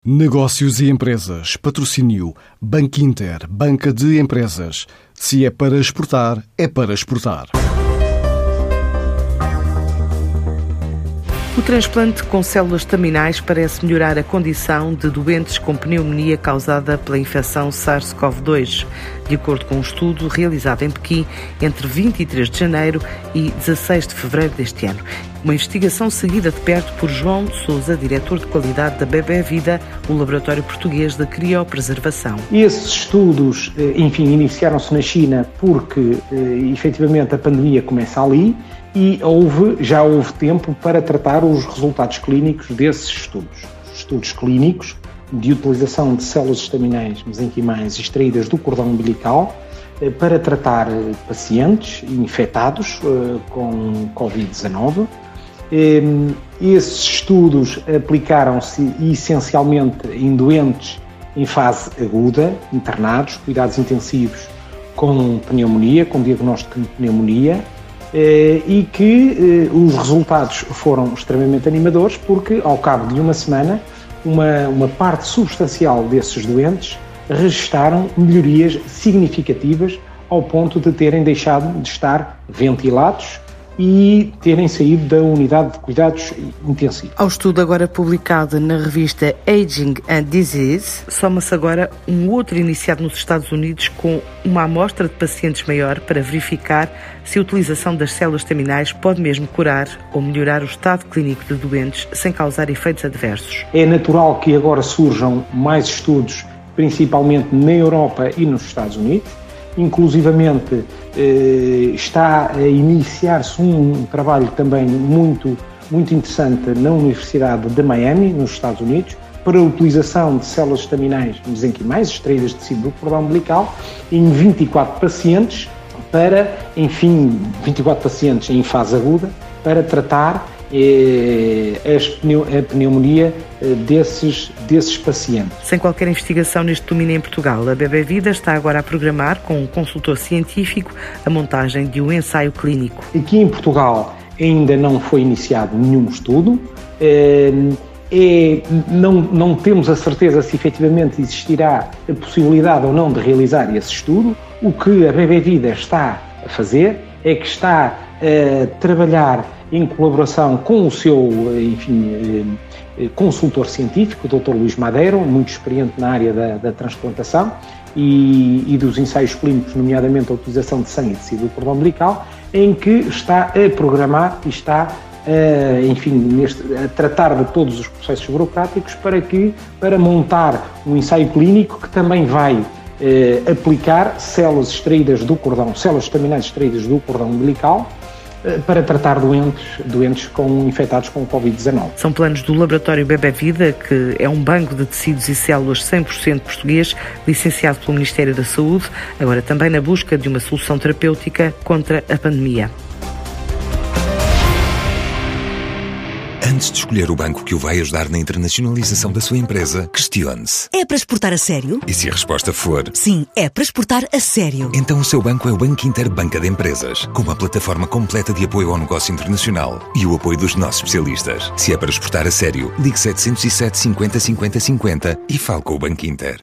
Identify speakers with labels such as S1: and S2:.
S1: Negócios e empresas. Patrocínio Banco Inter, Banca de Empresas. Se é para exportar, é para exportar.
S2: O transplante com células terminais parece melhorar a condição de doentes com pneumonia causada pela infecção SARS-CoV-2, de acordo com um estudo realizado em Pequim entre 23 de janeiro e 16 de fevereiro deste ano. Uma investigação seguida de perto por João Sousa, diretor de qualidade da Bebevida, o laboratório português de criopreservação.
S3: Esses estudos, iniciaram-se na China porque, efetivamente, a pandemia começa ali e já houve tempo para tratar os resultados clínicos desses estudos. Estudos clínicos de utilização de células estaminais mesenquimais extraídas do cordão umbilical para tratar pacientes infectados com Covid-19. Esses estudos aplicaram-se essencialmente em doentes em fase aguda, internados, cuidados intensivos com pneumonia, com diagnóstico de pneumonia, e que os resultados foram extremamente animadores porque, ao cabo de uma semana, uma parte substancial desses doentes registaram melhorias significativas ao ponto de terem deixado de estar ventilados e terem saído da unidade de cuidados intensivos.
S2: Ao estudo agora publicado na revista Aging and Disease, soma-se agora um outro iniciado nos Estados Unidos com uma amostra de pacientes maior para verificar se a utilização das células terminais pode mesmo curar ou melhorar o estado clínico de doentes sem causar efeitos adversos.
S3: É natural que agora surjam mais estudos, principalmente na Europa e nos Estados Unidos. Inclusivamente está a iniciar-se um trabalho também muito interessante na Universidade de Miami, nos Estados Unidos, para a utilização de células estaminais mesenquimais extraídas de tecido do cordão umbilical em 24 pacientes, 24 pacientes em fase aguda, para tratar a pneumonia desses pacientes.
S2: Sem qualquer investigação neste domínio em Portugal, a Bebevida está agora a programar, com um consultor científico, a montagem de um ensaio clínico.
S3: Aqui em Portugal ainda não foi iniciado nenhum estudo. Não temos a certeza se efetivamente existirá a possibilidade ou não de realizar esse estudo. O que a Bebevida está a fazer é que está a trabalhar em colaboração com o seu consultor científico, o Dr. Luís Madeiro, muito experiente na área da transplantação e dos ensaios clínicos, nomeadamente a utilização de sangue e tecido do cordão umbilical, em que está a programar e está a tratar de todos os processos burocráticos para montar um ensaio clínico que também vai aplicar células estaminais extraídas do cordão umbilical para tratar doentes infectados com Covid-19.
S2: São planos do laboratório Bebevida, que é um banco de tecidos e células 100% português, licenciado pelo Ministério da Saúde, agora também na busca de uma solução terapêutica contra a pandemia.
S4: Antes de escolher o banco que o vai ajudar na internacionalização da sua empresa, questione-se.
S5: É para exportar a sério?
S4: E se a resposta for
S5: sim, é para exportar a sério.
S4: Então o seu banco é o Banco Inter, Banca de Empresas, com uma plataforma completa de apoio ao negócio internacional e o apoio dos nossos especialistas. Se é para exportar a sério, ligue 707 50 50 50 e fale com o Banco Inter.